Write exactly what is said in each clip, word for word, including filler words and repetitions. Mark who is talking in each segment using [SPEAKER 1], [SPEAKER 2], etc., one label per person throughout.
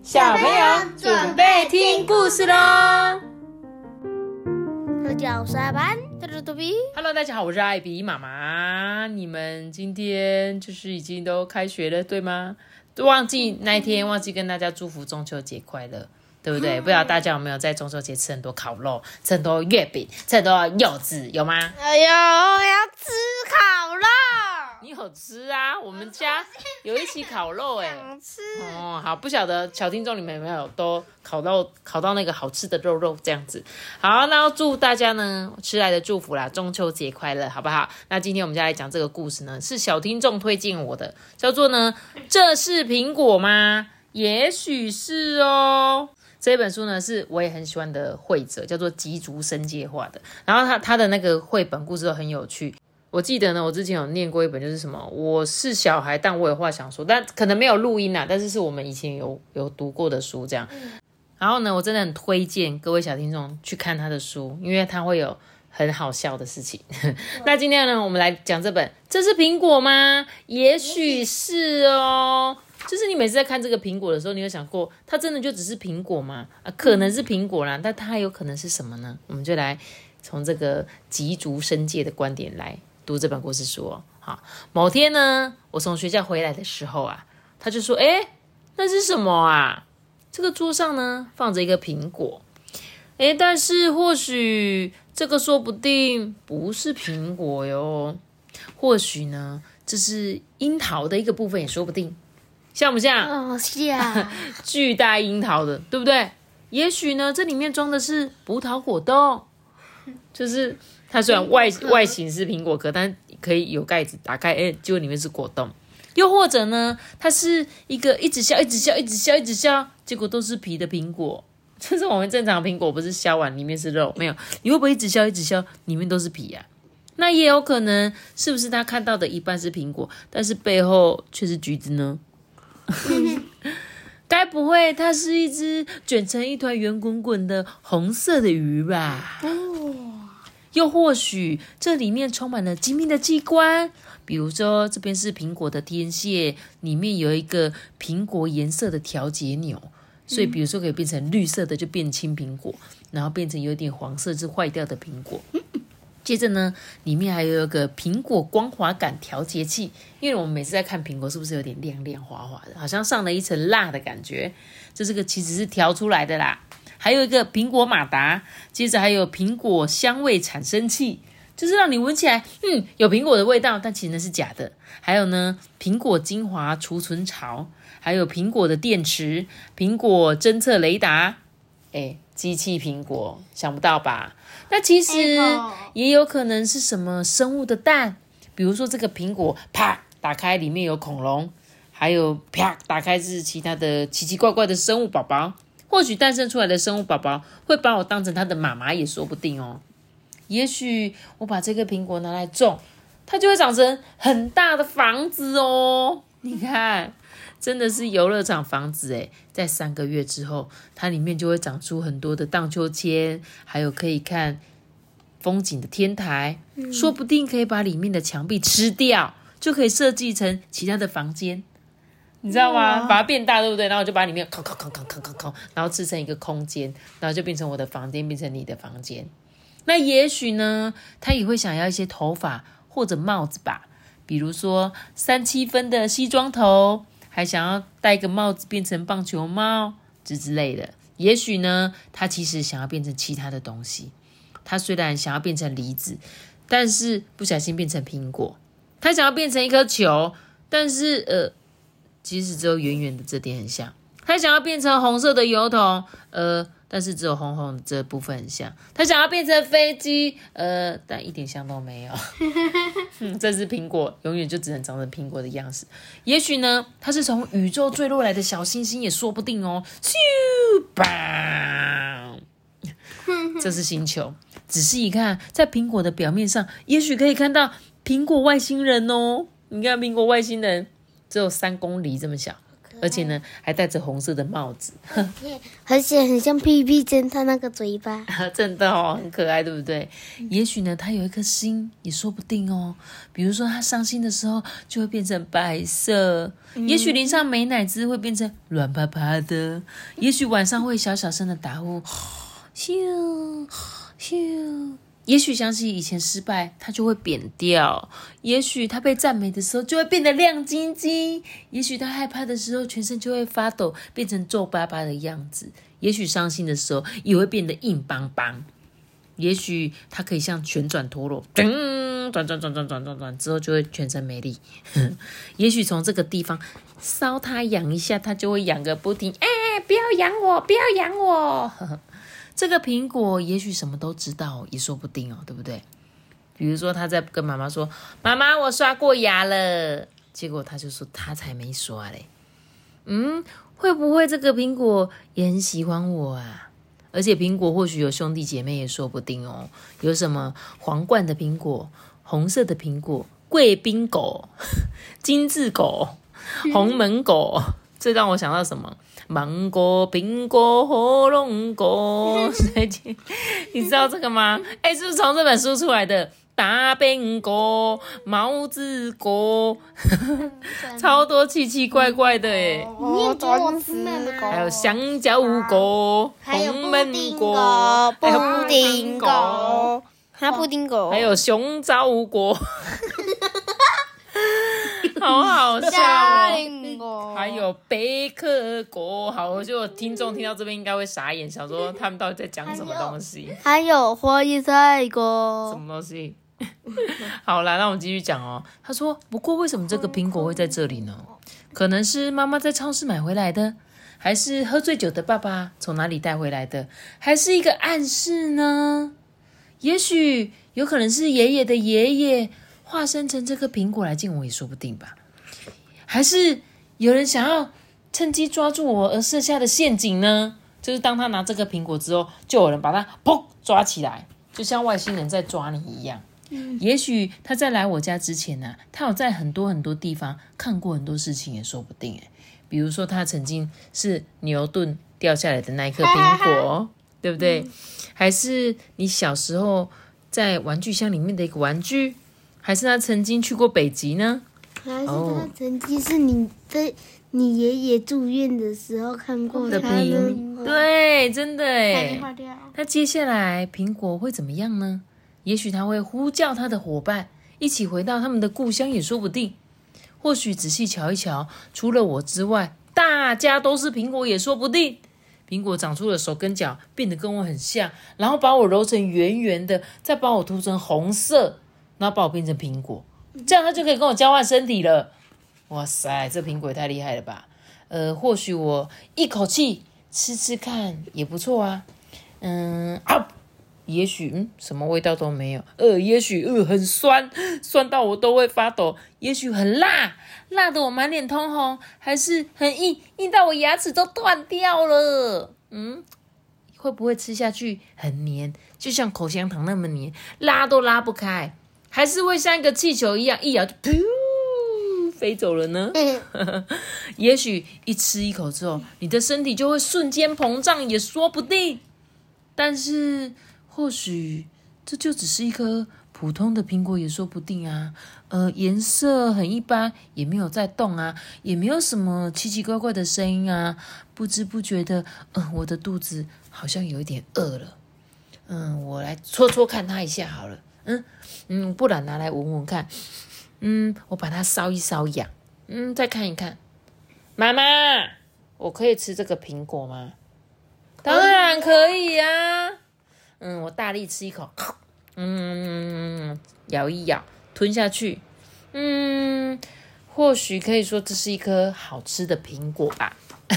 [SPEAKER 1] 小朋友准备听故事咯。
[SPEAKER 2] 大家好，我是阿班，这是多比。
[SPEAKER 1] Hello， 大家好，我是艾比妈妈。你们今天就是已经都开学了，对吗？忘记那一天忘记跟大家祝福中秋节快乐，对不对？不知道大家有没有在中秋节吃很多烤肉，吃很多月饼，吃很多柚子，有吗？
[SPEAKER 2] 哎呦，我要吃烤肉。
[SPEAKER 1] 你有吃啊？我们家有一起烤肉哎、欸，
[SPEAKER 2] 想吃
[SPEAKER 1] 哦，好，不晓得小听众你们有没有都烤到烤到那个好吃的肉肉这样子。好，那要祝大家呢迟来的祝福啦，中秋节快乐，好不好？那今天我们就来讲这个故事呢，是小听众推荐我的，叫做呢这是苹果吗？也许是哦。这本书呢是我也很喜欢的绘者，叫做吉竹伸介画的，然后他他的那个绘本故事都很有趣。我记得呢，我之前有念过一本，就是什么，我是小孩，但我有话想说，但可能没有录音啊，但是是我们以前有有读过的书这样。然后呢，我真的很推荐各位小听众去看他的书，因为他会有很好笑的事情。那今天呢，我们来讲这本，这是苹果吗？也许是哦。就是你每次在看这个苹果的时候，你有想过，它真的就只是苹果吗？啊，可能是苹果啦，但它还有可能是什么呢？我们就来从这个吉竹伸介的观点来读这本故事书哦。好，某天呢，我从学校回来的时候啊，他就说：“哎，那是什么啊？这个桌上呢放着一个苹果，哎，但是或许这个说不定不是苹果哟，或许呢这是樱桃的一个部分也说不定，像不像？
[SPEAKER 2] 哦，像
[SPEAKER 1] 巨大樱桃的，对不对？也许呢这里面装的是葡萄果冻，就是它虽然外外形是苹果壳，但可以有盖子打开，哎，结果里面是果冻。又或者呢，它是一个一直笑、一直笑、一直笑、一直笑，结果都是皮的苹果。就是我们正常苹果不是削完里面是肉，没有，你会不会一直笑、一直笑，里面都是皮啊？那也有可能，是不是他看到的一半是苹果，但是背后却是橘子呢？该不会它是一只卷成一团圆滚滚的红色的鱼吧？又或许这里面充满了精密的机关，比如说这边是苹果的天线，里面有一个苹果颜色的调节钮，所以比如说可以变成绿色的就变青苹果，然后变成有点黄色是坏掉的苹果。接着呢，里面还有一个苹果光滑感调节器，因为我们每次在看苹果是不是有点亮亮滑滑的，好像上了一层蜡的感觉，这这个其实是调出来的啦。还有一个苹果马达，接着还有苹果香味产生器，就是让你闻起来嗯有苹果的味道，但其实那是假的。还有呢，苹果精华储存槽，还有苹果的电池，苹果侦测雷达，哎，机器苹果，想不到吧？那其实也有可能是什么生物的蛋，比如说这个苹果啪打开里面有恐龙，还有啪打开是其他的奇奇怪怪的生物宝宝。或许诞生出来的生物宝宝会把我当成他的妈妈也说不定哦。也许我把这个苹果拿来种，它就会长成很大的房子哦。你看，真的是游乐场房子诶，在三个月之后，它里面就会长出很多的荡秋千，还有可以看风景的天台，嗯、说不定可以把里面的墙壁吃掉，就可以设计成其他的房间。你知道吗？把它变大，对不对？然后我就把里面空空空空空空空，然后制成一个空间，然后就变成我的房间，变成你的房间。那也许呢，他也会想要一些头发或者帽子吧，比如说三七分的西装头，还想要戴一个帽子变成棒球帽之之类的。也许呢，他其实想要变成其他的东西。他虽然想要变成梨子，但是不小心变成苹果。他想要变成一颗球，但是呃。其实只有圆圆的这点很像，他想要变成红色的油桶，呃，但是只有红红的这部分很像。他想要变成飞机，呃，但一点像都没有。嗯，这只苹果永远就只能长成苹果的样式。也许呢，它是从宇宙坠落来的小星星也说不定哦。咻吧，这是星球。仔细一看，在苹果的表面上，也许可以看到苹果外星人哦。你看苹果外星人。只有三公厘这么小， 而且呢还戴着红色的帽子，
[SPEAKER 2] 而且很像屁屁侦探那个嘴巴，
[SPEAKER 1] 真的哦，很可爱，对不对？也许呢，他有一颗心也说不定哦。比如说他伤心的时候就会变成白色，嗯、也许淋上美乃滋会变成软趴趴的，也许晚上会小小声的打呼，咻咻。也许想起以前失败，他就会扁掉；也许他被赞美的时候就会变得亮晶晶；也许他害怕的时候全身就会发抖，变成皱巴巴的样子；也许伤心的时候也会变得硬邦邦；也许他可以像旋转陀螺，转转转转转转转之后就会全身没力；也许从这个地方搔他痒一下，他就会痒个不停。哎，不要痒我，不要痒我！这个苹果也许什么都知道，也说不定哦，对不对？比如说他在跟妈妈说：“妈妈，我刷过牙了。”结果他就说他才没刷嘞。嗯，会不会这个苹果也很喜欢我啊？而且苹果或许有兄弟姐妹也说不定哦。有什么皇冠的苹果、红色的苹果、贵宾狗、金字狗、红门狗，这让我想到什么？芒果、苹果、火龙果，你知道这个吗？哎，是不是从这本书出来的？大苹果、帽子果，超多奇奇怪怪的哎！
[SPEAKER 2] 你钻石果，
[SPEAKER 1] 还有香蕉果、红门果，
[SPEAKER 2] 还有布丁果，还有布丁果，
[SPEAKER 1] 还有熊枣果。好好笑哦！还有贝壳果，好，我就听众听到这边应该会傻眼，想说他们到底在讲什么东西？
[SPEAKER 2] 还有花椰菜果，
[SPEAKER 1] 什么东西？好啦，那我们继续讲哦。他说，不过为什么这个苹果会在这里呢？可能是妈妈在超市买回来的，还是喝醉酒的爸爸从哪里带回来的，还是一个暗示呢？也许有可能是爷爷的爷爷化身成这颗苹果来见我也说不定吧。还是有人想要趁机抓住我而设下的陷阱呢？就是当他拿这个苹果之后，就有人把他砰抓起来，就像外星人在抓你一样。嗯、也许他在来我家之前呢、啊，他有在很多很多地方看过很多事情也说不定。比如说他曾经是牛顿掉下来的那一颗苹果，对不对？嗯、还是你小时候在玩具箱里面的一个玩具？还是他曾经去过北极呢？
[SPEAKER 2] 还是他曾经是你在你爷爷住院的时候看过
[SPEAKER 1] 的苹果？对，真的耶。那接下来苹果会怎么样呢？也许他会呼叫他的伙伴一起回到他们的故乡也说不定。或许仔细瞧一瞧，除了我之外，大家都是苹果也说不定。苹果长出了手跟脚，变得跟我很像，然后把我揉成圆圆的，再把我涂成红色，然后把我变成苹果，这样他就可以跟我交换身体了。哇塞，这苹果也太厉害了吧！呃，或许我一口气吃吃看也不错啊。嗯啊，也许嗯什么味道都没有。呃，也许呃很酸，酸到我都会发抖。也许很辣，辣得我满脸通红，还是很硬，硬到我牙齿都断掉了。嗯，会不会吃下去很黏，就像口香糖那么黏，拉都拉不开？还是会像一个气球一样，一咬就噗飞走了呢？也许一吃一口之后，你的身体就会瞬间膨胀，也说不定。但是或许这就只是一颗普通的苹果，也说不定啊。呃，颜色很一般，也没有在动啊，也没有什么奇奇怪怪的声音啊。不知不觉的，嗯、呃，我的肚子好像有一点饿了。嗯，我来戳戳看它一下好了。嗯嗯，不然拿来闻闻看。嗯，我把它搔一搔痒。嗯，再看一看。妈妈，我可以吃这个苹果吗？当然可以啊。嗯，我大力吃一口。嗯，咬一咬，吞下去。嗯，或许可以说这是一颗好吃的苹果吧。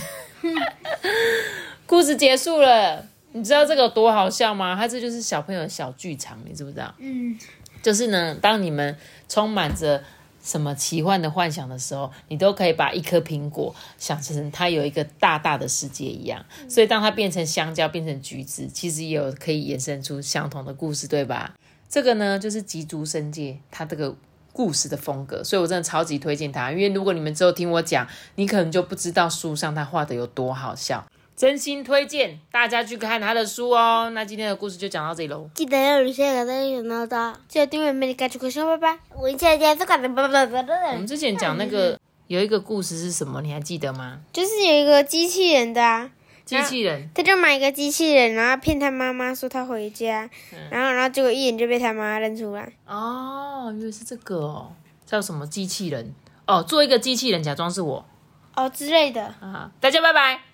[SPEAKER 1] 故事结束了。你知道这个有多好笑吗？它这就是小朋友的小剧场，你知不知道？嗯，就是呢，当你们充满着什么奇幻的幻想的时候，你都可以把一颗苹果想成它有一个大大的世界一样。嗯、所以当它变成香蕉，变成橘子，其实也有可以衍生出相同的故事，对吧？这个呢，就是吉竹伸介他这个故事的风格，所以我真的超级推荐它。因为如果你们之后听我讲，你可能就不知道书上他画的有多好笑。真心推荐大家去看他的书哦。那今天的故事就讲到这里喽，
[SPEAKER 2] 记得要留下个赞，有闹到，记得订阅美丽嘎吱口声，拜拜。我下家这个的，拜拜拜拜。
[SPEAKER 1] 我们之前讲那个有一个故事是什么？你还记得吗？
[SPEAKER 2] 就是有一个机器人的啊。
[SPEAKER 1] 机器人，
[SPEAKER 2] 他就买一个机器人，然后骗他妈妈说他回家，嗯、然后然后结果一眼就被他妈妈认出来。
[SPEAKER 1] 哦，原来是这个哦，叫什么机器人？哦，做一个机器人假装是我，
[SPEAKER 2] 哦之类的。
[SPEAKER 1] 啊，大家拜拜。